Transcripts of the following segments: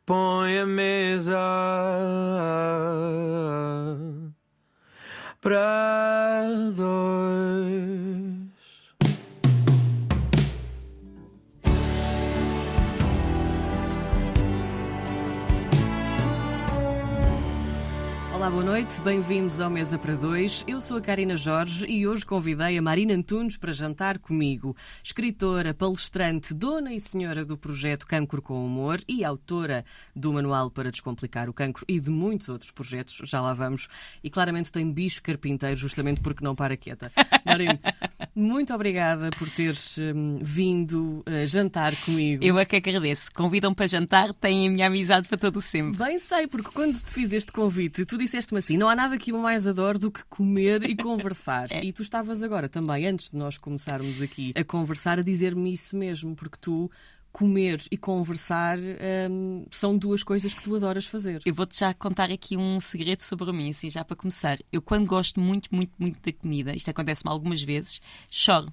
põe a mesa para dois. Olá, boa noite, bem-vindos ao Mesa para Dois. Eu sou a Karina Jorge e hoje convidei a Marina Antunes para jantar comigo. Escritora, palestrante, dona e senhora do projeto Cancro com Humor e autora do Manual para Descomplicar o Cancro e de muitos outros projetos, já lá vamos. E claramente tem bicho carpinteiro, justamente porque não para quieta. Marina, muito obrigada por teres vindo jantar comigo. Eu é que agradeço. Convidam-me para jantar, têm a minha amizade para todo o sempre. Bem sei, porque quando te fiz este convite, tu disseste-me assim, não há nada que eu mais adoro do que comer e conversar. E tu estavas agora também, antes de nós começarmos aqui a conversar, a dizer-me isso mesmo, porque tu, comer e conversar são duas coisas que tu adoras fazer. Eu vou-te já contar aqui um segredo sobre mim, assim, já para começar. Eu, quando gosto muito, muito, muito da comida, isto acontece-me algumas vezes, choro.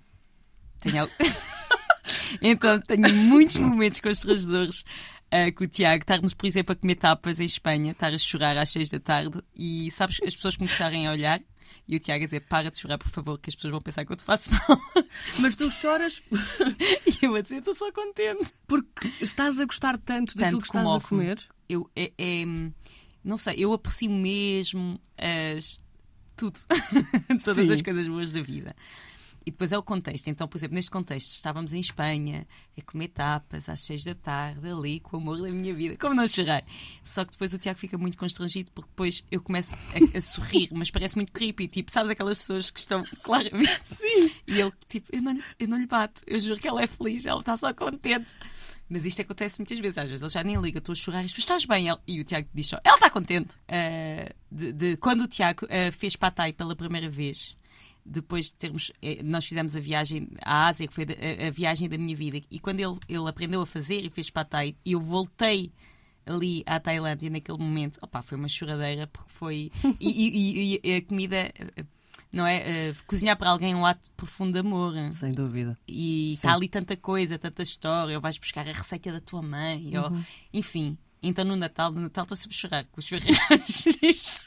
Então tenho muitos momentos constrangedores com o Tiago, estarmos, por exemplo, a comer tapas em Espanha, estar a chorar às 6 da tarde e, sabes, as pessoas começarem a olhar e o Tiago a dizer, para de chorar, por favor, que as pessoas vão pensar que eu te faço mal. Mas tu choras... E eu a dizer, estou só contente. Porque estás a gostar tanto daquilo que estás a comer? Não sei, eu aprecio mesmo tudo. Todas as coisas boas da vida. E depois é o contexto. Então, por exemplo, neste contexto, estávamos em Espanha a comer tapas às 6 da tarde, ali, com o amor da minha vida. Como não chorar? Só que depois o Tiago fica muito constrangido porque depois eu começo a sorrir, mas parece muito creepy. Tipo, sabes aquelas pessoas que estão claramente... Sim. E ele, tipo, eu não lhe bato. Eu juro que ela é feliz, ela está só contente. Mas isto acontece muitas vezes. Às vezes ele já nem liga, estou a chorar e tu estás bem? E o Tiago diz só, ela está contente. Quando o Tiago fez Pattaya pela primeira vez... Depois de termos... Nós fizemos a viagem à Ásia, que foi a viagem da minha vida. E quando ele aprendeu a fazer e fez Pattaya, e eu voltei ali à Tailândia naquele momento, foi uma choradeira, porque foi... E a comida... Não é? Cozinhar para alguém é um ato de profundo amor. Sem dúvida. E está ali tanta coisa, tanta história. Ou vais buscar a receita da tua mãe. Ou, enfim. Então no Natal estou sempre a chorar com os ferreiros.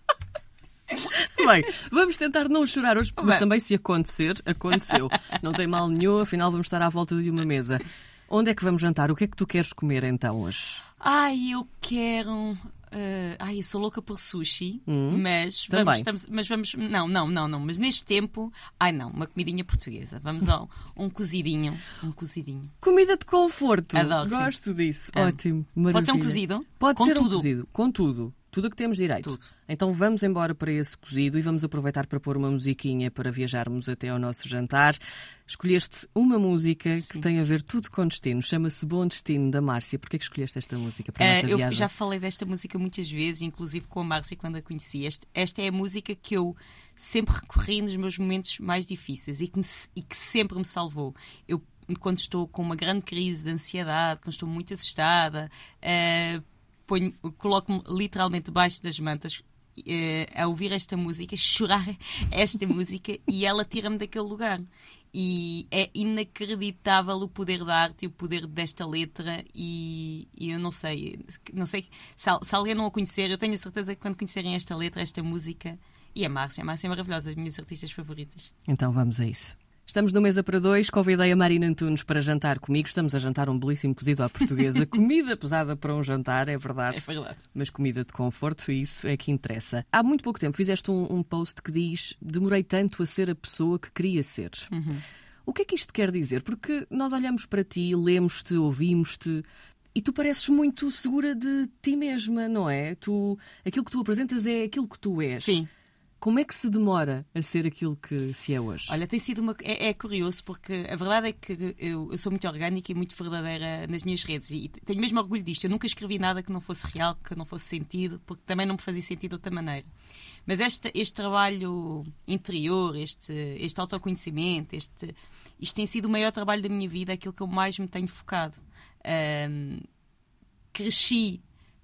Bem, vamos tentar não chorar hoje, mas também se acontecer, aconteceu. Não tem mal nenhum, afinal vamos estar à volta de uma mesa. Onde é que vamos jantar? O que é que tu queres comer então hoje? Eu quero... eu sou louca por sushi, mas vamos... Não, mas neste tempo... uma comidinha portuguesa. Vamos ao um cozidinho. Comida de conforto. Adoro, gosto disso. Ótimo, maravilha. Pode ser um cozido? Pode ser um cozido, com tudo. Tudo o que temos direito. Tudo. Então vamos embora para esse cozido e vamos aproveitar para pôr uma musiquinha para viajarmos até ao nosso jantar. Escolheste uma música que tem a ver tudo com destino. Chama-se Bom Destino, da Márcia. Porquê que escolheste esta música para a nossa viagem? Eu já falei desta música muitas vezes, inclusive com a Márcia quando a conheci. Esta é a música que eu sempre recorri nos meus momentos mais difíceis e que sempre me salvou. Eu, quando estou com uma grande crise de ansiedade, quando estou muito assustada... coloco-me literalmente debaixo das mantas a ouvir esta música, chorar esta música e ela tira-me daquele lugar. E é inacreditável o poder da arte e o poder desta letra e eu não sei se alguém não a conhecer, eu tenho a certeza que quando conhecerem esta letra, esta música, e a Márcia é maravilhosa, as minhas artistas favoritas. Então vamos a isso. Estamos no Mesa para Dois, convidei a Marina Antunes para jantar comigo. Estamos a jantar um belíssimo cozido à portuguesa. Comida pesada para um jantar, é verdade. É verdade. Mas comida de conforto, isso é que interessa. Há muito pouco tempo fizeste um post que diz: demorei tanto a ser a pessoa que queria ser. O que é que isto quer dizer? Porque nós olhamos para ti, lemos-te, ouvimos-te e tu pareces muito segura de ti mesma, não é? Aquilo que tu apresentas é aquilo que tu és. Sim. Como é que se demora a ser aquilo que se é hoje? Olha, tem sido é curioso porque a verdade é que eu sou muito orgânica e muito verdadeira nas minhas redes e tenho mesmo orgulho disto. Eu nunca escrevi nada que não fosse real, que não fosse sentido, porque também não me fazia sentido de outra maneira. Mas este trabalho interior, este autoconhecimento, isto tem sido o maior trabalho da minha vida, aquilo que eu mais me tenho focado. Cresci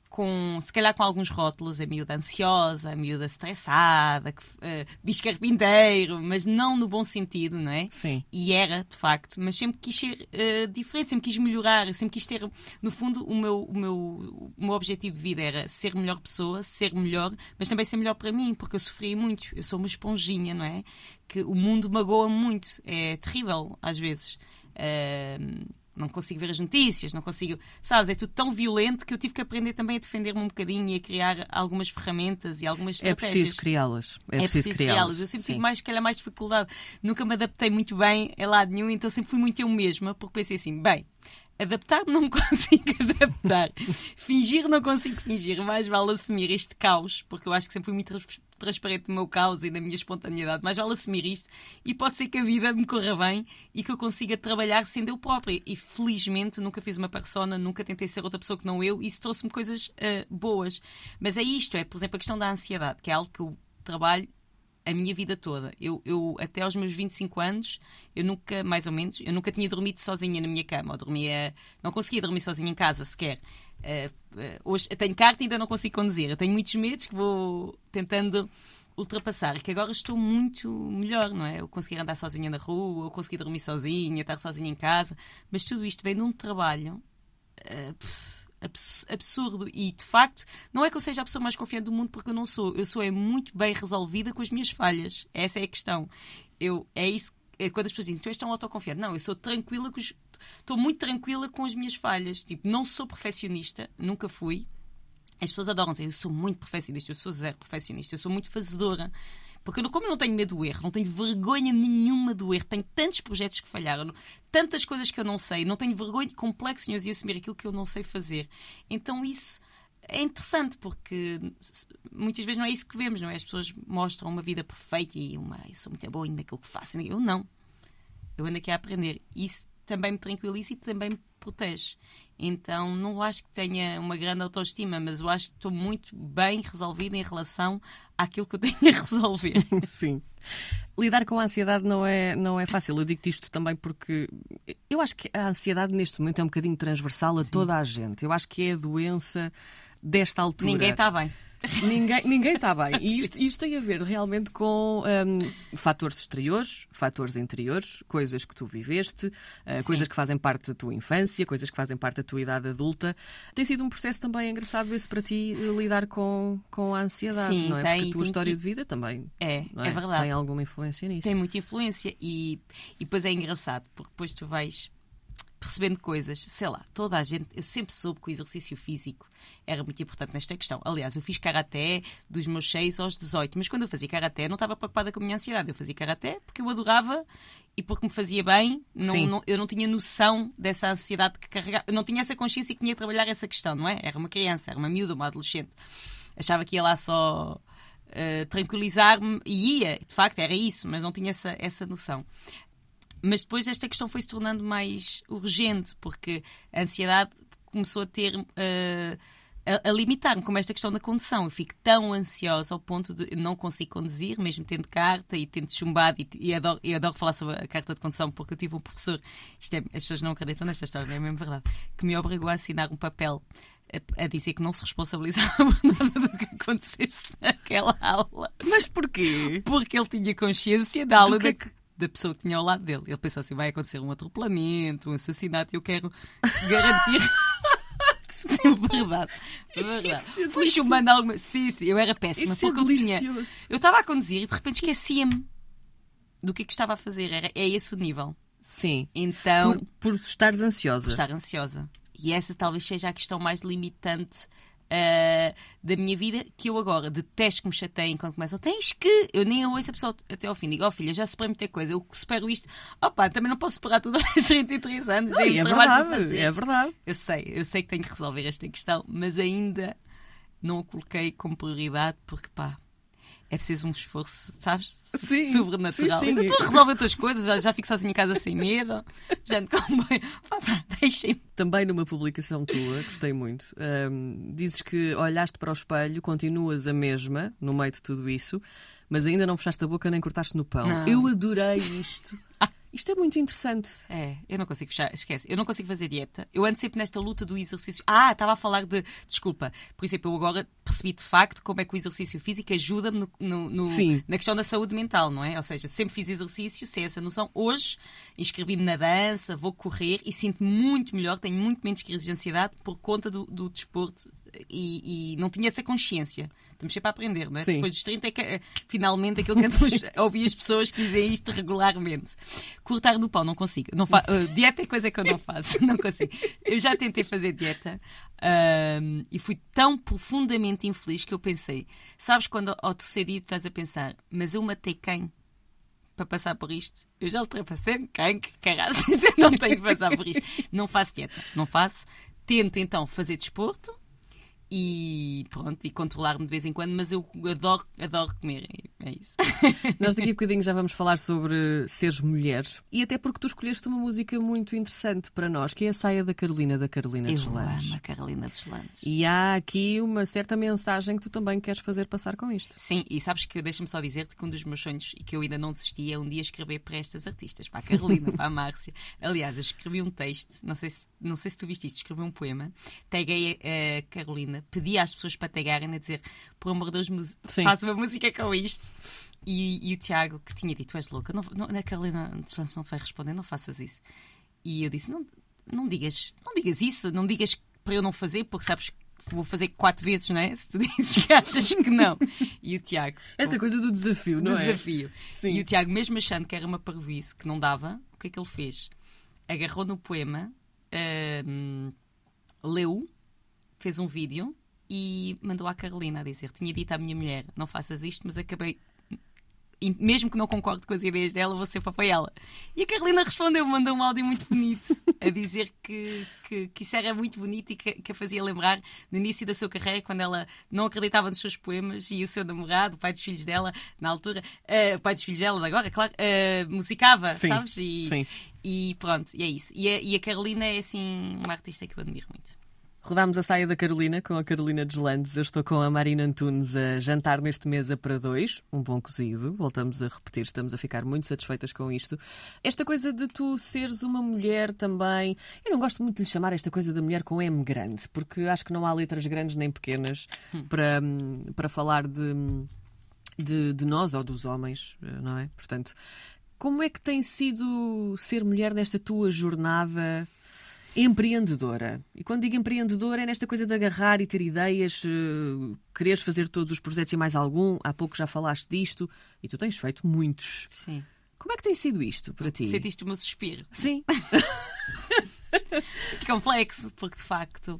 se calhar com alguns rótulos, a miúda ansiosa, a miúda estressada, bicho carpinteiro, mas não no bom sentido, não é? Sim. E era, de facto, mas sempre quis ser diferente, sempre quis melhorar, sempre quis ter, no fundo, o meu objetivo de vida era ser melhor pessoa, ser melhor, mas também ser melhor para mim, porque eu sofri muito, eu sou uma esponjinha, não é? Que o mundo magoa muito, é terrível às vezes. Não consigo ver as notícias, não consigo... Sabes, é tudo tão violento que eu tive que aprender também a defender-me um bocadinho e a criar algumas ferramentas e algumas estratégias. É preciso criá-las. É preciso criá-las. Eu sempre tive mais dificuldade. Nunca me adaptei muito bem a lado nenhum, então sempre fui muito eu mesma, porque pensei assim, bem, adaptar-me não me consigo adaptar. Fingir não consigo fingir. Mais vale assumir este caos, porque eu acho que sempre fui muito transparente no meu caos e na minha espontaneidade. Mais vale assumir isto e pode ser que a vida me corra bem e que eu consiga trabalhar sendo eu própria. E felizmente nunca fiz uma persona, nunca tentei ser outra pessoa que não eu, e isso trouxe-me coisas boas. Mas é isto, por exemplo, a questão da ansiedade, que é algo que eu trabalho a minha vida toda. Eu até aos meus 25 anos, eu nunca tinha dormido sozinha na minha cama. Não conseguia dormir sozinha em casa sequer. Hoje eu tenho carta e ainda não consigo conduzir. Eu tenho muitos medos que vou tentando ultrapassar, e que agora estou muito melhor, não é? Eu conseguir andar sozinha na rua, eu conseguir dormir sozinha, estar sozinha em casa, mas tudo isto vem de um trabalho absurdo, e de facto não é que eu seja a pessoa mais confiante do mundo, porque eu não sou. Eu sou muito bem resolvida com as minhas falhas. Essa é a questão. Quando as pessoas dizem, tu és tão autoconfiante, não, eu sou tranquila, estou muito tranquila com as minhas falhas. Tipo, não sou perfeccionista, nunca fui. As pessoas adoram dizer, eu sou muito perfeccionista, eu sou zero perfeccionista, eu sou muito fazedora. Porque como eu não tenho medo do erro, não tenho vergonha nenhuma do erro, tenho tantos projetos que falharam, tantas coisas que eu não sei, não tenho vergonha de complexos nenhum e assumir aquilo que eu não sei fazer. Então isso é interessante, porque muitas vezes não é isso que vemos, não é? As pessoas mostram uma vida perfeita e eu sou muito boa naquilo que faço. Eu não. Eu ando aqui a aprender. Isso também me tranquiliza e também me protege. Então não acho que tenha uma grande autoestima, mas eu acho que estou muito bem resolvida em relação àquilo que eu tenho a resolver. Sim. Lidar com a ansiedade não é fácil. Eu digo-te isto também porque eu acho que a ansiedade neste momento é um bocadinho transversal a toda a gente. Eu acho que é a doença desta altura. Ninguém está bem. Ninguém está bem. E isto tem a ver realmente com fatores exteriores, fatores interiores, coisas que tu viveste, coisas que fazem parte da tua infância, coisas que fazem parte da tua idade adulta. Tem sido um processo também engraçado esse para ti, lidar com a ansiedade, sim, não é? Tem, porque a tua história de vida também é verdade. Tem alguma influência nisso. Tem muita influência e depois é engraçado, porque depois tu vais percebendo coisas, sei lá, toda a gente, eu sempre soube que o exercício físico era muito importante nesta questão. Aliás, eu fiz karaté dos meus 6 aos 18, mas quando eu fazia karaté não estava preocupada com a minha ansiedade. Eu fazia karaté porque eu adorava e porque me fazia bem. Eu não tinha noção dessa ansiedade que carregava, eu não tinha essa consciência que tinha de trabalhar essa questão, não é? Era uma criança, era uma miúda, uma adolescente. Achava que ia lá só tranquilizar-me, e ia, de facto, era isso, mas não tinha essa noção. Mas depois esta questão foi se tornando mais urgente, porque a ansiedade começou a ter a limitar-me, como esta questão da condução. Eu fico tão ansiosa ao ponto de não conseguir conduzir, mesmo tendo carta e tendo chumbado, e adoro falar sobre a carta de condução, porque eu tive um professor, as pessoas não acreditam nesta história, é mesmo verdade, que me obrigou a assinar um papel a dizer que não se responsabilizava por nada do que acontecesse naquela aula. Mas porquê? Porque ele tinha consciência da aula da pessoa que tinha ao lado dele. Ele pensou assim, vai acontecer um atropelamento, um assassinato, e eu quero garantir... Verdade. Fui chumbando alguma... Sim, eu era péssima. Isso porque eu estava a conduzir e de repente esquecia-me do que estava a fazer. É esse o nível. Sim. Então, por estares ansiosa. Por estar ansiosa. E essa talvez seja a questão mais limitante da minha vida, que eu agora detesto que me chateiem quando começam. Eu nem ouço a pessoa até ao fim. Digo, filha, já superei muita coisa, eu supero isto. Também não posso superar tudo aos 33 anos. Não, é verdade. Eu sei que tenho que resolver esta questão, mas ainda não a coloquei como prioridade, porque é preciso um esforço, sabes? Sobrenatural. Sim. Ainda estou a resolver outras coisas, já fico sozinha em casa sem medo, já ando com bem. Deixem-me. Também numa publicação tua, gostei muito, dizes que olhaste para o espelho, continuas a mesma no meio de tudo isso, mas ainda não fechaste a boca nem cortaste no pão. Não. Eu adorei isto. Isto é muito interessante. Eu não consigo fechar, esquece. Eu não consigo fazer dieta. Eu ando sempre nesta luta do exercício. Estava a falar de... Desculpa. Por exemplo, eu agora percebi de facto como é que o exercício físico ajuda-me na questão da saúde mental, não é? Ou seja, sempre fiz exercício, sem essa noção. Hoje, inscrevi-me na dança, vou correr e sinto-me muito melhor, tenho muito menos crises de ansiedade por conta do desporto e não tinha essa consciência. Estamos sempre a aprender, não é? Sim. Depois dos 30 é que, finalmente, aquilo que andamos a ouvir as pessoas que dizem isto regularmente. Cortar no pão, não consigo. Dieta é coisa que eu não faço. Não consigo. Eu já tentei fazer dieta e fui tão profundamente infeliz que eu pensei, sabes quando ao terceiro dia tu estás a pensar, mas eu matei quem para passar por isto? Eu já ultrapassei quem? Que caraças, eu não tenho que passar por isto. Não faço dieta, não faço. Tento então fazer desporto e pronto, e controlar-me de vez em quando, mas eu adoro comer, é isso. Nós daqui a bocadinho já vamos falar sobre seres mulher e até porque tu escolheste uma música muito interessante para nós, que é a Saia da Carolina Deslandes. Eu amo a Carolina Deslandes. E há aqui uma certa mensagem que tu também queres fazer passar com isto. Sim, e sabes que deixa-me só dizer-te que um dos meus sonhos, e que eu ainda não desisti, é um dia escrever para estas artistas, para a Carolina, para a Márcia. Aliás, eu escrevi um texto, não sei se tu viste isto, escrevi um poema, taguei a Carolina, pedi às pessoas para tagarem, a dizer, por amor de Deus, faz uma música com isto. E o Tiago, que tinha dito, tu és louca, a Carolina não vai responder, não faças isso. E eu disse, não digas isso, não digas para eu não fazer, porque sabes que vou fazer 4 vezes, não é? Se tu dizes que achas que não. E o Tiago... Essa coisa do desafio, não é? Do desafio. Sim. E o Tiago, mesmo achando que era uma parvoíce, que não dava, o que é que ele fez? Agarrou no poema, leu, fez um vídeo e mandou à Carolina a dizer, tinha dito à minha mulher, não faças isto, mas acabei... E mesmo que não concorde com as ideias dela, vou sempre apoiá-la. E a Carolina respondeu, mandou um áudio muito bonito a dizer que isso era muito bonito e que a fazia lembrar no início da sua carreira, quando ela não acreditava nos seus poemas e o seu namorado, o pai dos filhos dela, na altura, o pai dos filhos dela de agora, claro, musicava, sim, sabes? Sim. E pronto, e é isso. E a Carolina é assim uma artista que eu admiro muito. Rodámos a Saia da Carolina com a Carolina Deslandes. Eu estou com a Marina Antunes a jantar neste Mesa para 2. Um bom cozido. Voltamos a repetir, estamos a ficar muito satisfeitas com isto. Esta coisa de tu seres uma mulher também... Eu não gosto muito de lhe chamar esta coisa da mulher com M grande, porque acho que não há letras grandes nem pequenas para falar de nós ou dos homens, não é? Portanto, como é que tem sido ser mulher nesta tua jornada empreendedora? E quando digo empreendedora é nesta coisa de agarrar e ter ideias, quereres fazer todos os projetos e mais algum. Há pouco já falaste disto e tu tens feito muitos. Sim. Como é que tem sido isto para ti? Sentiste o meu suspiro? Sim. Muito complexo, porque de facto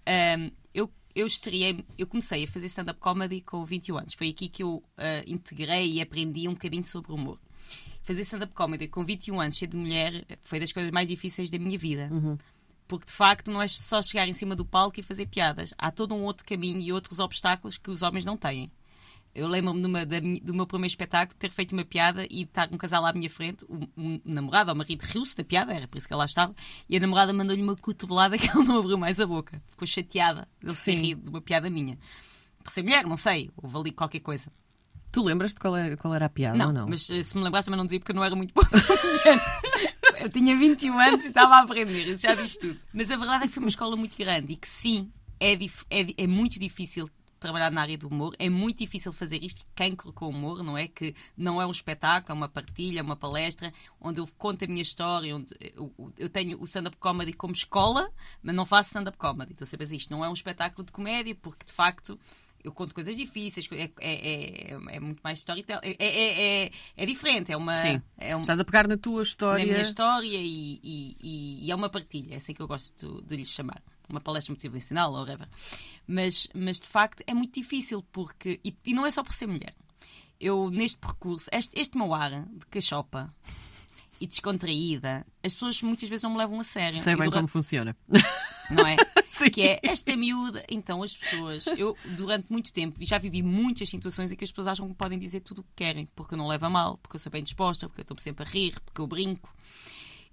eu comecei a fazer stand-up comedy com 21 anos. Foi aqui que eu integrei e aprendi um bocadinho sobre o humor. Fazer stand-up comedy com 21 anos, ser de mulher, foi das coisas mais difíceis da minha vida. Uhum. Porque, de facto, não é só chegar em cima do palco e fazer piadas. Há todo um outro caminho e outros obstáculos que os homens não têm. Eu lembro-me do meu primeiro espetáculo ter feito uma piada e estar um casal à minha frente, o namorado ou o marido riu-se da piada, era por isso que ela lá estava, e a namorada mandou-lhe uma cotovelada que ela não abriu mais a boca. Ficou chateada de ele ter rido de uma piada minha. Por ser mulher, não sei, houve ali qualquer coisa. Tu lembras-te qual era a piada ou não? Mas se me lembrasse, mas não dizia porque eu não era muito boa. Eu tinha 21 anos e estava a aprender, isso já diz tudo. Mas a verdade é que foi uma escola muito grande e que sim, é muito difícil trabalhar na área do humor, é muito difícil fazer isto, cancro com humor, não é? Que não é um espetáculo, é uma partilha, é uma palestra, onde eu conto a minha história, onde eu tenho o stand-up comedy como escola, mas não faço stand-up comedy. Então, sabes isto, não é um espetáculo de comédia, porque de facto eu conto coisas difíceis, é muito mais storytelling, é diferente, é uma... Sim, estás a pegar na tua história. Na minha história e é uma partilha, é assim que eu gosto de lhe chamar. Uma palestra motivacional, ou whatever. Mas de facto é muito difícil, porque... E não é só por ser mulher. Eu, neste percurso, este meu ar de cachopa e descontraída, as pessoas muitas vezes não me levam a sério. Sei bem como funciona. Não é? Sim. Que é esta miúda. Então as pessoas... Eu, durante muito tempo, já vivi muitas situações em que as pessoas acham que podem dizer tudo o que querem, porque eu não levo a mal, porque eu sou bem disposta, porque eu estou sempre a rir, porque eu brinco.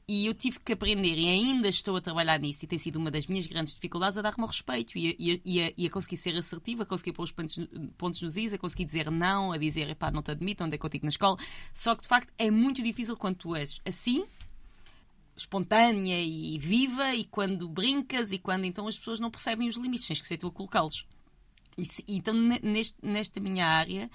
E eu tive que aprender, e ainda estou a trabalhar nisso, e tem sido uma das minhas grandes dificuldades, a dar-me ao respeito e a conseguir ser assertiva, a conseguir pôr os pontos nos is, a conseguir dizer não, a dizer, epá, não te admito, andei contigo na escola. Só que, de facto, é muito difícil quando tu és assim, espontânea e viva, e quando brincas, e quando então as pessoas não percebem os limites, tens que ser tu a colocá-los. Então, nesta minha área...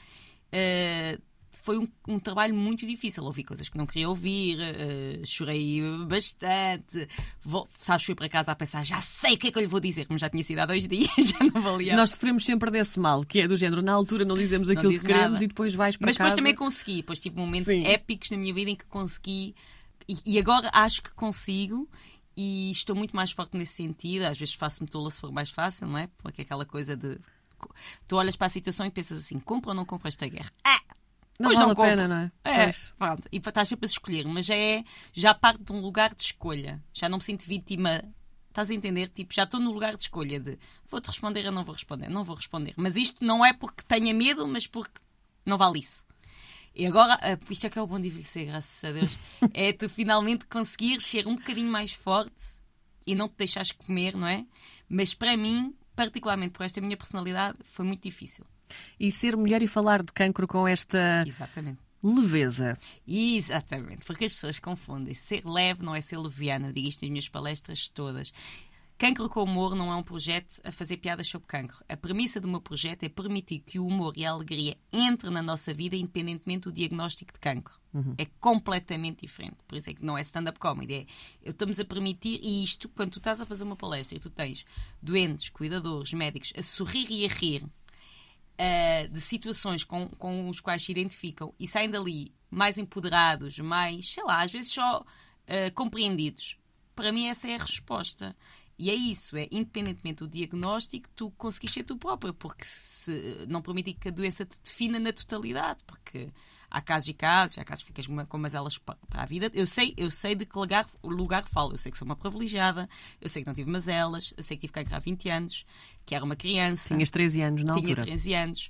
foi um trabalho muito difícil. Ouvi coisas que não queria ouvir, chorei bastante. Fui para casa a pensar, já sei o que é que eu lhe vou dizer, como já tinha sido há 2 dias, já não valia. Nós sofremos sempre desse mal, que é do género, na altura não dizemos aquilo que queremos nada. E depois vais para casa. Mas casa. depois também consegui, depois tive momentos épicos na minha vida em que consegui, e agora acho que consigo, e estou muito mais forte nesse sentido. Às vezes faço-me tola se for mais fácil, não é? Porque é aquela coisa de... Tu olhas para a situação e pensas assim, compra ou não compra esta guerra? Não vale a pena, não é? Pronto. E estás sempre a escolher, mas já parte de um lugar de escolha. Já não me sinto vítima. Estás a entender? Tipo, já estou no lugar de escolha de vou-te responder ou não vou responder. Não vou responder. Mas isto não é porque tenha medo, mas porque não vale isso. E agora, isto é que é o bom de envelhecer, graças a Deus, é tu finalmente conseguires ser um bocadinho mais forte e não te deixares comer, não é? Mas para mim, particularmente por esta minha personalidade, foi muito difícil. E ser mulher e falar de cancro com esta leveza. Exatamente, porque as pessoas confundem. Ser leve não é ser leviana. Eu digo isto nas minhas palestras todas. Cancro com Humor não é um projeto a fazer piadas sobre cancro. A premissa do meu projeto é permitir que o humor e a alegria entrem na nossa vida independentemente do diagnóstico de cancro. É completamente diferente. Por isso é que não é stand-up comedy. Estamos a permitir, e isto, quando tu estás a fazer uma palestra e tu tens doentes, cuidadores, médicos a sorrir e a rir de situações com os quais se identificam e saem dali mais empoderados, mais, sei lá, às vezes só compreendidos. Para mim essa é a resposta. E é isso, independentemente do diagnóstico, tu conseguiste ser tu própria, porque se não permitir que a doença te defina na totalidade, porque há casos e casos, há casos que ficas com umas elas para a vida. Eu sei de que lugar falo. Eu sei que sou uma privilegiada, eu sei que não tive mazelas, eu sei que tive cancro há 20 anos, que era uma criança. Tinhas 13 anos na altura. Tinha 13 anos.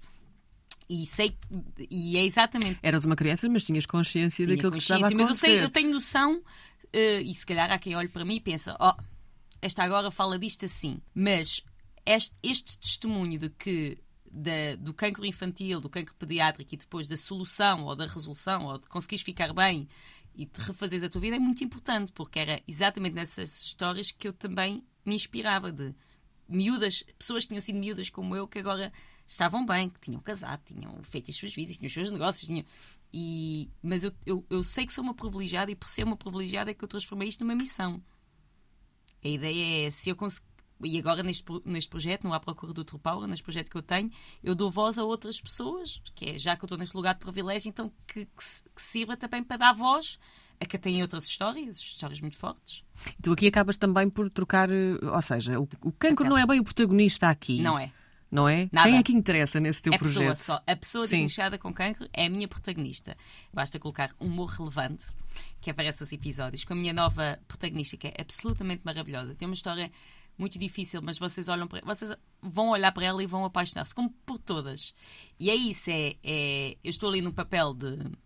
E é exatamente... Eras uma criança, mas tinhas consciência daquilo que estava a acontecer. Mas eu tenho noção, e se calhar há quem olhe para mim e pensa, esta agora fala disto assim. Mas este testemunho de que do cancro infantil, do cancro pediátrico e depois da solução ou da resolução ou de conseguires ficar bem e de refazeres a tua vida é muito importante, porque era exatamente nessas histórias que eu também me inspirava, de miúdas, pessoas que tinham sido miúdas como eu, que agora estavam bem, que tinham casado, tinham feito as suas vidas, tinham os seus negócios, mas eu sei que sou uma privilegiada, e por ser uma privilegiada é que eu transformei isto numa missão. A ideia é, se eu conseguir, e agora neste projeto, no À Procura do Outro Power, neste projeto que eu tenho, eu dou voz a outras pessoas, que é, já que eu estou neste lugar de privilégio, então que sirva também para dar voz a que têm outras histórias muito fortes. Tu aqui acabas também por trocar, ou seja, o cancro não é bem o protagonista aqui. Não é. Não é? Nada. Quem é que interessa nesse teu projeto? A pessoa diagnosticada com cancro é a minha protagonista. Basta colocar humor relevante, que aparece nos episódios, com a minha nova protagonista, que é absolutamente maravilhosa. Tem uma história muito difícil, mas vocês vão olhar para ela e vão apaixonar-se, como por todas. E é isso, eu estou ali no papel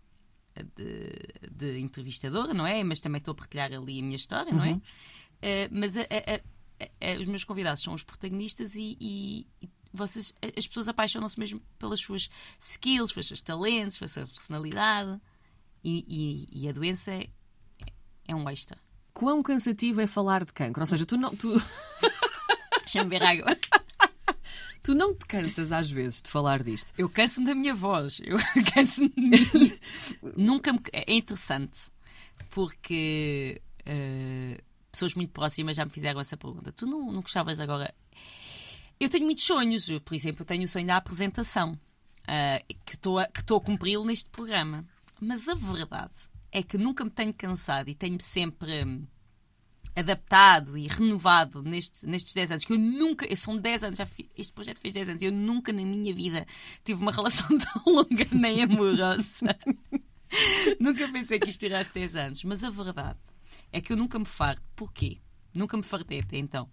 de entrevistadora, não é? Mas também estou a partilhar ali a minha história, não é? Mas os meus convidados são os protagonistas e as pessoas apaixonam-se mesmo pelas suas skills, pelos seus talentos, pela sua personalidade, e a doença é um extra. Quão cansativo é falar de cancro? Ou seja, Deixa-me beber água. Tu não te cansas às vezes de falar disto? Eu canso-me da minha voz. Eu canso-me Nunca me... É interessante, porque pessoas muito próximas já me fizeram essa pergunta. Tu não gostavas agora... Eu tenho muitos sonhos. Por exemplo, eu tenho o sonho da apresentação, que estou a cumpri-lo neste programa. Mas a verdade é que nunca me tenho cansado e tenho-me sempre adaptado e renovado nestes 10 anos. Eu são 10 anos, este projeto fez 10 anos. Eu nunca na minha vida tive uma relação tão longa nem amorosa. Nunca pensei que isto durasse 10 anos. Mas a verdade é que eu nunca me farto. Porquê? Nunca me fartei até então.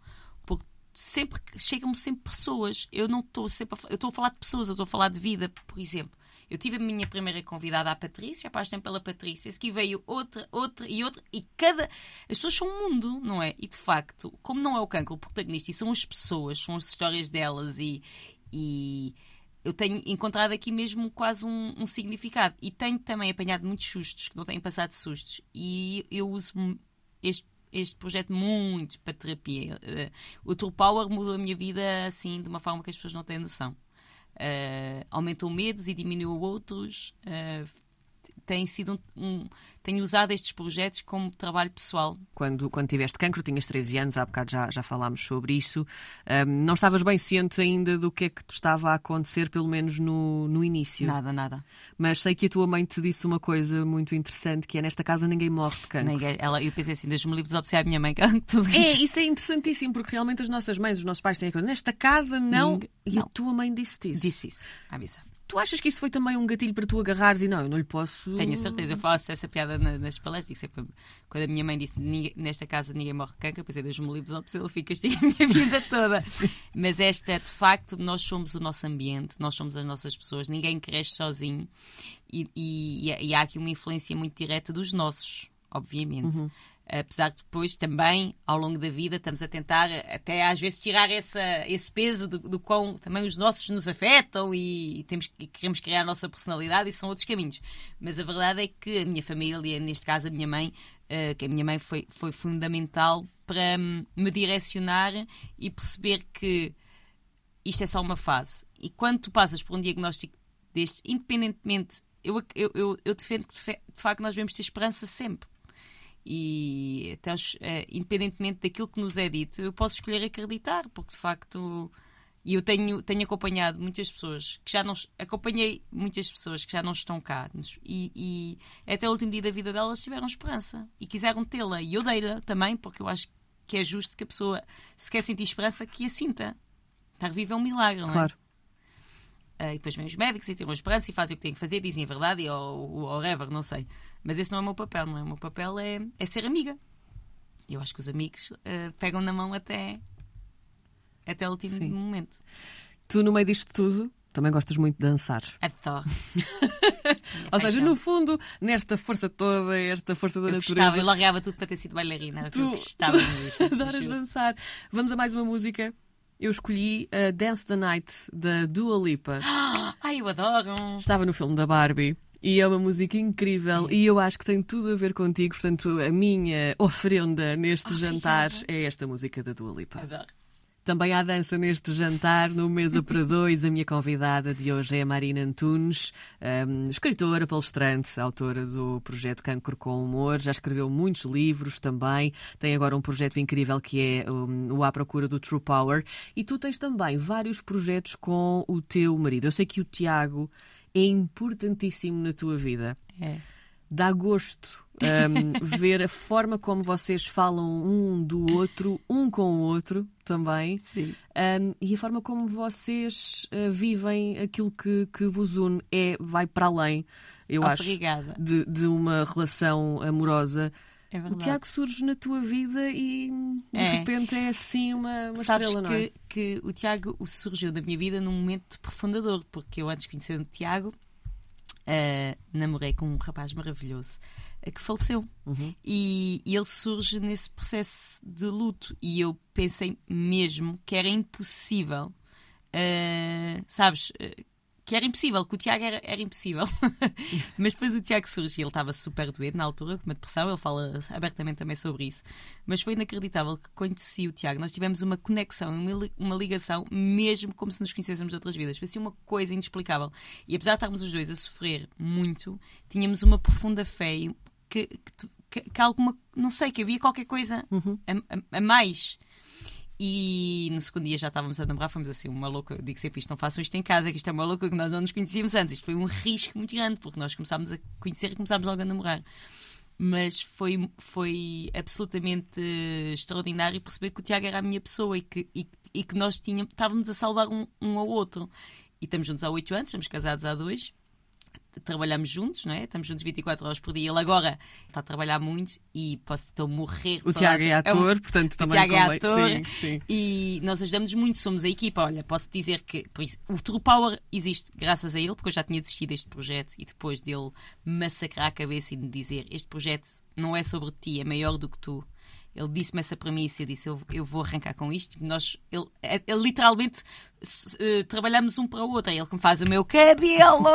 Chegam-me sempre pessoas. Eu não estou sempre eu estou a falar de pessoas, eu estou a falar de vida, por exemplo. Eu tive a minha primeira convidada, a Patrícia, apaixonei pela Patrícia, a seguir veio outra, e as pessoas são um mundo, não é? E de facto, como não é o cancro o protagonista, e são as pessoas, são as histórias delas, e eu tenho encontrado aqui mesmo quase um significado. E tenho também apanhado muitos sustos, que não tenho passado sustos. E eu uso este projeto muito para terapia. O True Power mudou a minha vida assim, de uma forma que as pessoas não têm noção. Aumentou medos e diminuiu outros. Tenho usado estes projetos como trabalho pessoal. Quando tiveste cancro, tinhas 13 anos, há bocado já falámos sobre isso. Não estavas bem ciente ainda do que é que te estava a acontecer, pelo menos no início? Nada. Mas sei que a tua mãe te disse uma coisa muito interessante, que é: nesta casa ninguém morre de cancro. Eu pensei assim, Deus me livre de desobsediar a minha mãe. Isso é interessantíssimo, porque realmente as nossas mães, os nossos pais têm a coisa: nesta casa não. E a tua mãe disse isso. Disse isso, à missa. Tu achas que isso foi também um gatilho para tu agarrares e não, eu não lhe posso... Tenho a certeza, eu faço essa piada nas palestras, digo sempre, quando a minha mãe disse nesta casa ninguém morre de cancro, eu pensei, Deus me livre, ele fica castigo a minha vida toda. Mas de facto, nós somos o nosso ambiente, nós somos as nossas pessoas, ninguém cresce sozinho e há aqui uma influência muito direta dos nossos, obviamente. Apesar de depois também, ao longo da vida, estamos a tentar até às vezes tirar esse peso do quão também os nossos nos afetam e queremos criar a nossa personalidade, e são outros caminhos. Mas a verdade é que a minha família, neste caso a minha mãe, que a minha mãe foi fundamental para me direcionar e perceber que isto é só uma fase. E quando tu passas por um diagnóstico destes, independentemente, eu defendo que de facto nós devemos ter esperança sempre. E até independentemente daquilo que nos é dito, eu posso escolher acreditar, porque de facto eu tenho acompanhado muitas pessoas que já não acompanhei muitas pessoas que já não estão cá e até o último dia da vida delas tiveram esperança e quiseram tê-la, e eu dei-la também, porque eu acho que é justo que a pessoa, se quer sentir esperança, que a sinta. Estar viva é um milagre, não é? Claro. E depois vêm os médicos e tiram a esperança e fazem o que têm que fazer, dizem a verdade ou whatever, não sei. Mas esse não é o meu papel, não é? O meu papel é ser amiga. Eu acho que os amigos pegam na mão até o último momento. Tu, no meio disto tudo, também gostas muito de dançar. Adoro. Ou seja, no fundo, nesta força toda, esta força da natureza... Eu largava tudo para ter sido bailarina. Tu gostava mesmo. Adoras dançar. Vamos a mais uma música. Eu escolhi a Dance the Night, da Dua Lipa. Ai, eu adoro! Estava no filme da Barbie e é uma música incrível e eu acho que tem tudo a ver contigo. Portanto, a minha oferenda neste jantar é esta música da Dua Lipa. Adoro. Também há dança neste jantar, no Mesa para Dois. A minha convidada de hoje é a Marina Antunes, escritora, palestrante, autora do projeto Cancro com Humor. Já escreveu muitos livros também. Tem agora um projeto incrível que é o À Procura do True Power. E tu tens também vários projetos com o teu marido. Eu sei que o Tiago é importantíssimo na tua vida. É. Dá gosto ver a forma como vocês falam um do outro, um com o outro também. Sim. E a forma como vocês vivem aquilo que vos une vai para além, eu Obrigada. acho, de uma relação amorosa. É verdade. O Tiago surge na tua vida e de repente é assim uma estrela, não é? Que o Tiago surgiu da minha vida num momento profundador, porque eu, antes de conhecer o Tiago, namorei com um rapaz maravilhoso que faleceu. E ele surge nesse processo de luto, e eu pensei mesmo que era impossível, que era impossível, que o Tiago era impossível. Mas depois o Tiago surge e ele estava super doente na altura, com uma depressão, ele fala abertamente também sobre isso. Mas foi inacreditável que conheci o Tiago, nós tivemos uma conexão, uma ligação, mesmo como se nos conhecêssemos de outras vidas. Foi assim uma coisa inexplicável. E apesar de estarmos os dois a sofrer muito, tínhamos uma profunda fé que alguma, não sei, que havia qualquer coisa a mais. E no segundo dia já estávamos a namorar, fomos assim, uma louca. Eu digo sempre isto, não façam isto em casa, que isto é uma louca, que nós não nos conhecíamos antes. Isto foi um risco muito grande, porque nós começámos a conhecer e começámos logo a namorar. Mas foi absolutamente extraordinário perceber que o Tiago era a minha pessoa e que nós estávamos a salvar um ao outro. E estamos juntos há 8 anos, estamos casados há 2. trabalhamos juntos, não é? Estamos juntos 24 horas por dia. Ele agora está a trabalhar muito e estou a morrer de O Tiago é saudades. ator, portanto também Tiago é convém. ator. Sim. E nós ajudamos muito, somos a equipa. Olha, posso dizer que por isso, o True Power existe graças a ele, porque eu já tinha desistido deste projeto e depois dele massacrar a cabeça e me dizer: este projeto não é sobre ti, é maior do que tu. Ele disse-me essa premissa, eu disse: eu vou arrancar com isto. Ele literalmente trabalhamos um para o outro. É ele que me faz o meu cabelo.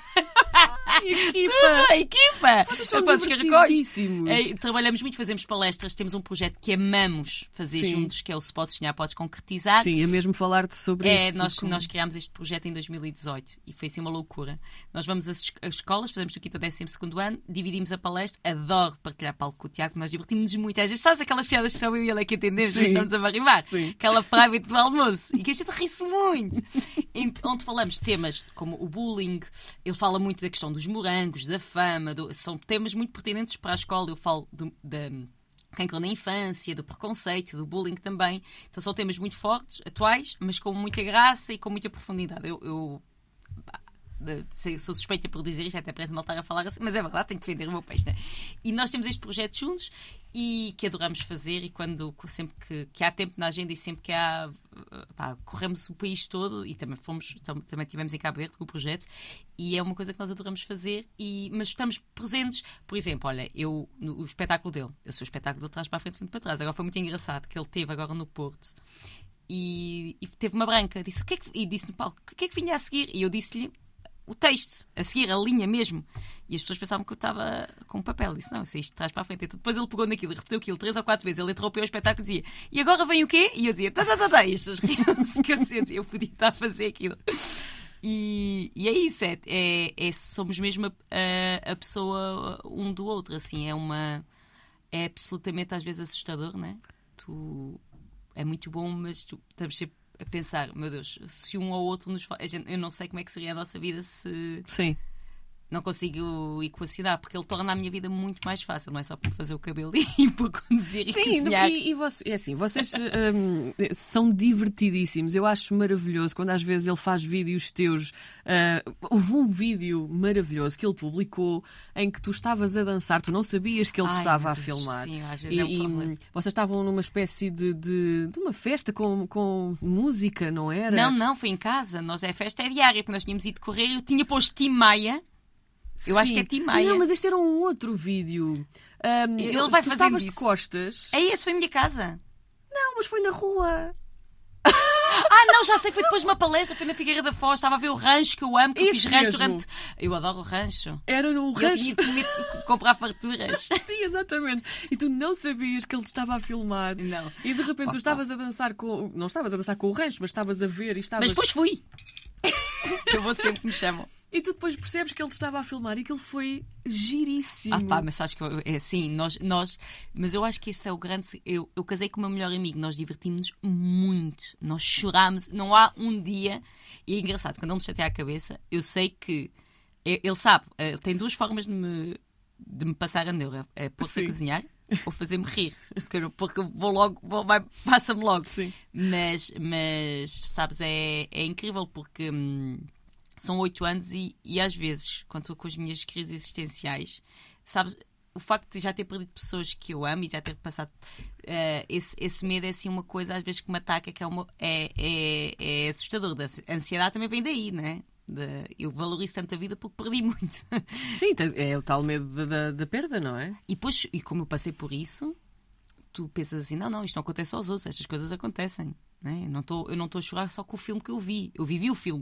A equipa! Vocês são Quantos divertidíssimos. Trabalhamos muito, fazemos palestras, temos um projeto que amamos fazer Sim. juntos, que é o Se Podes Sonhar, Podes Concretizar. Sim, é mesmo falar-te sobre isso. Nós criámos este projeto em 2018 e foi assim uma loucura. Nós vamos às escolas, fazemos o quinto ao 12º ano, dividimos a palestra, adoro partilhar palco com o Tiago, nós divertimos-nos muito. Às vezes, sabes aquelas piadas que só eu e ele é que entendemos, Sim. mas estamos a barribar? Sim. Aquela private do almoço. E que a gente ri-se muito. Onde falamos temas como o bullying, ele fala muito da questão dos morangos, da fama, são temas muito pertinentes para a escola. Eu falo da cancro na infância, do preconceito, do bullying também. Então são temas muito fortes, atuais, mas com muita graça e com muita profundidade. Eu sou suspeita por dizer isto, até parece mal estar a falar assim, mas é verdade, tenho que defender o meu peixe, né? E nós temos este projeto juntos e que adoramos fazer, e sempre que há tempo na agenda e sempre que há, corremos o país todo, e também tivemos em Cabo Verde com o projeto, e é uma coisa que nós adoramos fazer, mas estamos presentes. Por exemplo, olha, o espetáculo dele, eu sou o espetáculo de trás para a frente, frente para trás. Agora foi muito engraçado que ele teve agora no Porto e teve uma branca, disse no palco: o que é que vinha a seguir? E eu disse-lhe o texto, a seguir, a linha mesmo. E as pessoas pensavam que eu estava com papel. Disse: não, isso é isto de trás para a frente. Então, depois ele pegou naquilo e repetiu aquilo 3 ou 4 vezes. Ele interrompeu o espetáculo e dizia: e agora vem o quê? E eu dizia: tá. E as pessoas riam-se que eu podia estar a fazer aquilo. E é isso, somos mesmo a pessoa um do outro, assim, é absolutamente às vezes assustador, né? É muito bom, mas tu estamos sempre a pensar: meu Deus, se um ou outro eu não sei como é que seria a nossa vida se... Sim. Não consigo equacionar, porque ele torna a minha vida muito mais fácil, não é só por fazer o cabelo e por conduzir e cozinhar. Vocês são divertidíssimos. Eu acho maravilhoso quando às vezes ele faz vídeos teus. Houve um vídeo maravilhoso que ele publicou em que tu estavas a dançar, tu não sabias que ele te estava a filmar. Sim, às vezes é um problema. Vocês estavam numa espécie de uma festa com música, não era? Não, foi em casa. A festa é diária, porque nós tínhamos ido correr e eu tinha posto Tim Maia. Eu acho que é Tim Maia. Não, mas este era um outro vídeo. Ele vai tu fazendo estavas de isso. costas. É esse, foi a minha casa. Não, mas foi na rua. Não, já sei, foi depois de uma palestra, foi na Figueira da Foz, estava a ver o rancho que eu amo, que eu fiz Isso rancho mesmo. durante... Eu adoro o rancho. Era no Eu rancho. tinha de comprar farturas. Sim, exatamente. E tu não sabias que ele te estava a filmar. Não. E de repente tu estavas a dançar com... Não estavas a dançar com o rancho, mas estavas a ver e estavas... Mas depois fui. Eu vou sempre que me chamam. E tu depois percebes que ele te estava a filmar e que ele foi giríssimo. Mas acho que é assim, mas eu acho que esse é o grande... Eu casei com o meu melhor amigo, nós divertimos-nos muito, nós chorámos, não há um dia... E é engraçado, quando ele me chateia a cabeça, eu sei que ele sabe, tem 2 formas de me passar a neura, é pôr-se a cozinhar ou fazer-me rir, porque eu vou logo, passa-me logo. Sim. Mas sabes, é incrível porque... São 8 anos e às vezes, quando estou com as minhas crises existenciais, sabes, o facto de já ter perdido pessoas que eu amo e já ter passado esse medo é assim uma coisa às vezes que me ataca, que é assustador. A ansiedade também vem daí, não é? Eu valorizo tanto a vida porque perdi muito. Sim, é o tal medo da perda, não é? E depois, e como eu passei por isso, tu pensas assim: não, isto não acontece aos outros, estas coisas acontecem, não é? Eu não estou a chorar só com o filme que eu vi, eu vivi o filme.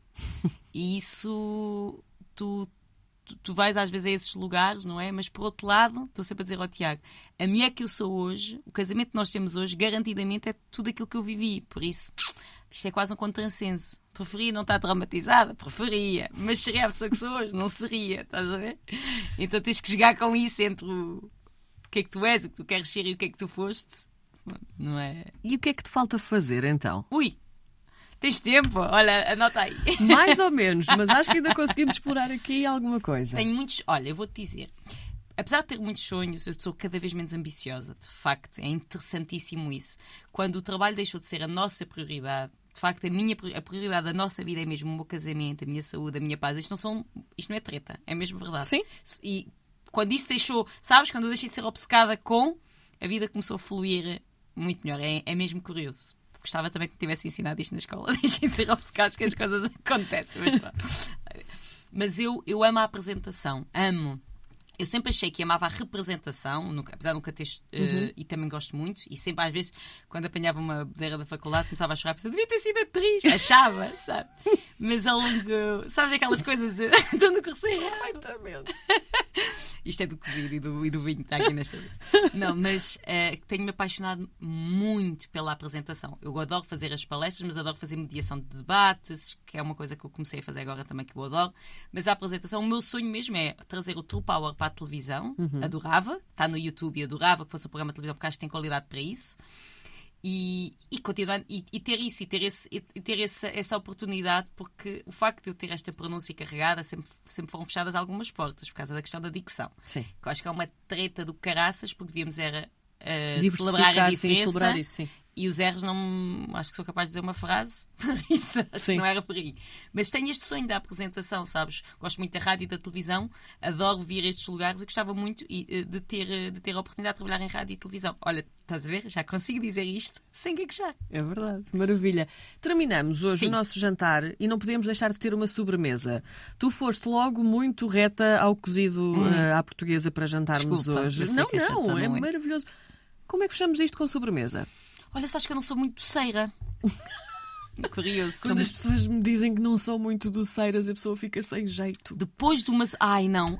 E isso tu vais às vezes a esses lugares, não é? Mas por outro lado, estou sempre a dizer ao Tiago: a mulher que eu sou hoje, o casamento que nós temos hoje, garantidamente é tudo aquilo que eu vivi. Por isso, isto é quase um contrassenso. Preferia não estar traumatizada? Preferia. Mas seria a pessoa que sou hoje? Não seria, estás a ver? Então tens que jogar com isso entre o que é que tu és, o que tu queres ser e o que é que tu foste, não é? E o que é que te falta fazer então? Ui! Tens tempo? Olha, anota aí. Mais ou menos, mas acho que ainda conseguimos explorar aqui alguma coisa. Tenho muitos... Olha, eu vou-te dizer. Apesar de ter muitos sonhos, eu sou cada vez menos ambiciosa. De facto, é interessantíssimo isso. Quando o trabalho deixou de ser a nossa prioridade, de facto, a prioridade da nossa vida é mesmo o meu casamento, a minha saúde, a minha paz. Isto não é treta, é mesmo verdade. Sim. E quando isso deixou, sabes, quando eu deixei de ser obcecada com, a vida começou a fluir muito melhor. É mesmo curioso. Gostava também que me tivesse ensinado isto na escola. Deixem de ser obcecados que as coisas acontecem. Mas eu amo a apresentação. Amo. Eu sempre achei que amava a representação, apesar de nunca ter... e também gosto muito. E sempre, às vezes, quando apanhava uma beira da faculdade, começava a chorar. Pensava, devia ter sido atriz. Achava, sabe? Mas ao longo... Sabes aquelas coisas... Estou no cursinho. Perfeitamente. Isto é do cozido e do vinho que está aqui nesta vez. Não, mas tenho-me apaixonado muito pela apresentação. Eu adoro fazer as palestras, mas adoro fazer mediação de debates, que é uma coisa que eu comecei a fazer agora também, que eu adoro. Mas a apresentação, o meu sonho mesmo é trazer o True Power para a televisão. Adorava. Está no YouTube e adorava que fosse um programa de televisão, porque acho que tem qualidade para isso. E continuar e ter isso, e ter essa oportunidade, porque o facto de eu ter esta pronúncia carregada sempre foram fechadas algumas portas por causa da questão da dicção. Sim. Que eu acho que é uma treta do caraças, porque devíamos era celebrar a diferença. Celebrar isso, sim. E os erros não... Acho que sou capaz de dizer uma frase. Isso, acho que não era por aí. Mas tenho este sonho da apresentação, sabes? Gosto muito da rádio e da televisão. Adoro vir a estes lugares e gostava muito de ter a oportunidade de trabalhar em rádio e televisão. Olha, estás a ver? Já consigo dizer isto sem gaguejar. É verdade. Maravilha. Terminamos hoje o nosso jantar e não podemos deixar de ter uma sobremesa. Tu foste logo muito reta ao cozido à portuguesa para jantarmos hoje. Não, é maravilhoso. Como é que fechamos isto com sobremesa? Olha, sabes que eu não sou muito doceira. Curioso. Quando as pessoas me dizem que não são muito doceiras, a pessoa fica sem jeito. Depois de uma... Ai, não.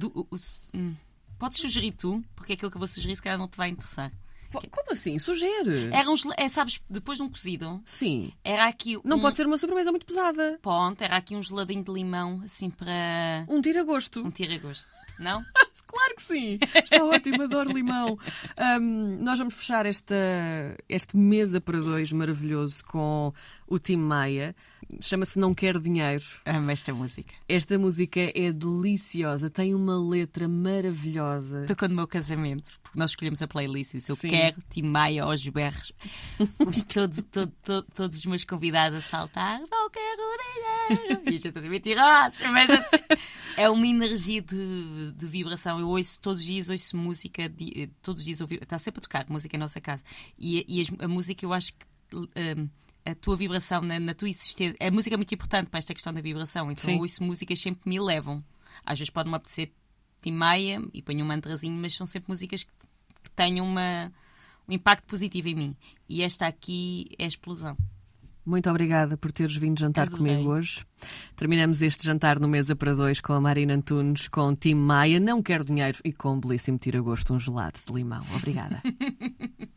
Podes sugerir tu? Porque aquilo que eu vou sugerir se calhar não te vai interessar. Como assim? Sugere? Sabes, depois de um cozido... Sim. Era aqui... Não pode ser uma sobremesa muito pesada. Ponto. Era aqui um geladinho de limão, assim, para... Um tira-gosto. Um tira-gosto. Não? Claro que sim. Está ótimo, adoro limão. Nós vamos fechar este mesa para dois maravilhoso com o Tim Maia. Chama-se Não Quero Dinheiro. Amo esta música. Esta música é deliciosa, tem uma letra maravilhosa. Tocou no meu casamento, porque nós escolhemos a playlist e disse, eu quero Tim Maia aos berros. Todos os meus convidados a saltar, não quero dinheiro. E a gente a dizer, mentirosos. Mas assim, é uma energia de vibração. Eu ouço todos os dias, ouço música, todos os dias está sempre a tocar música em nossa casa. E a música, eu acho que... a tua vibração na tua existência. A música é muito importante para esta questão da vibração. Então eu ouço músicas sempre que me elevam. Às vezes pode-me apetecer Tim Maia e ponho um mantrazinho, mas são sempre músicas que tenham um impacto positivo em mim. E esta aqui é a explosão. Muito obrigada por teres vindo jantar comigo hoje. Terminamos este jantar no Mesa para Dois com a Marina Antunes, com Tim Maia, Não Quero Dinheiro e com um belíssimo tira-gosto, um gelado de limão. Obrigada.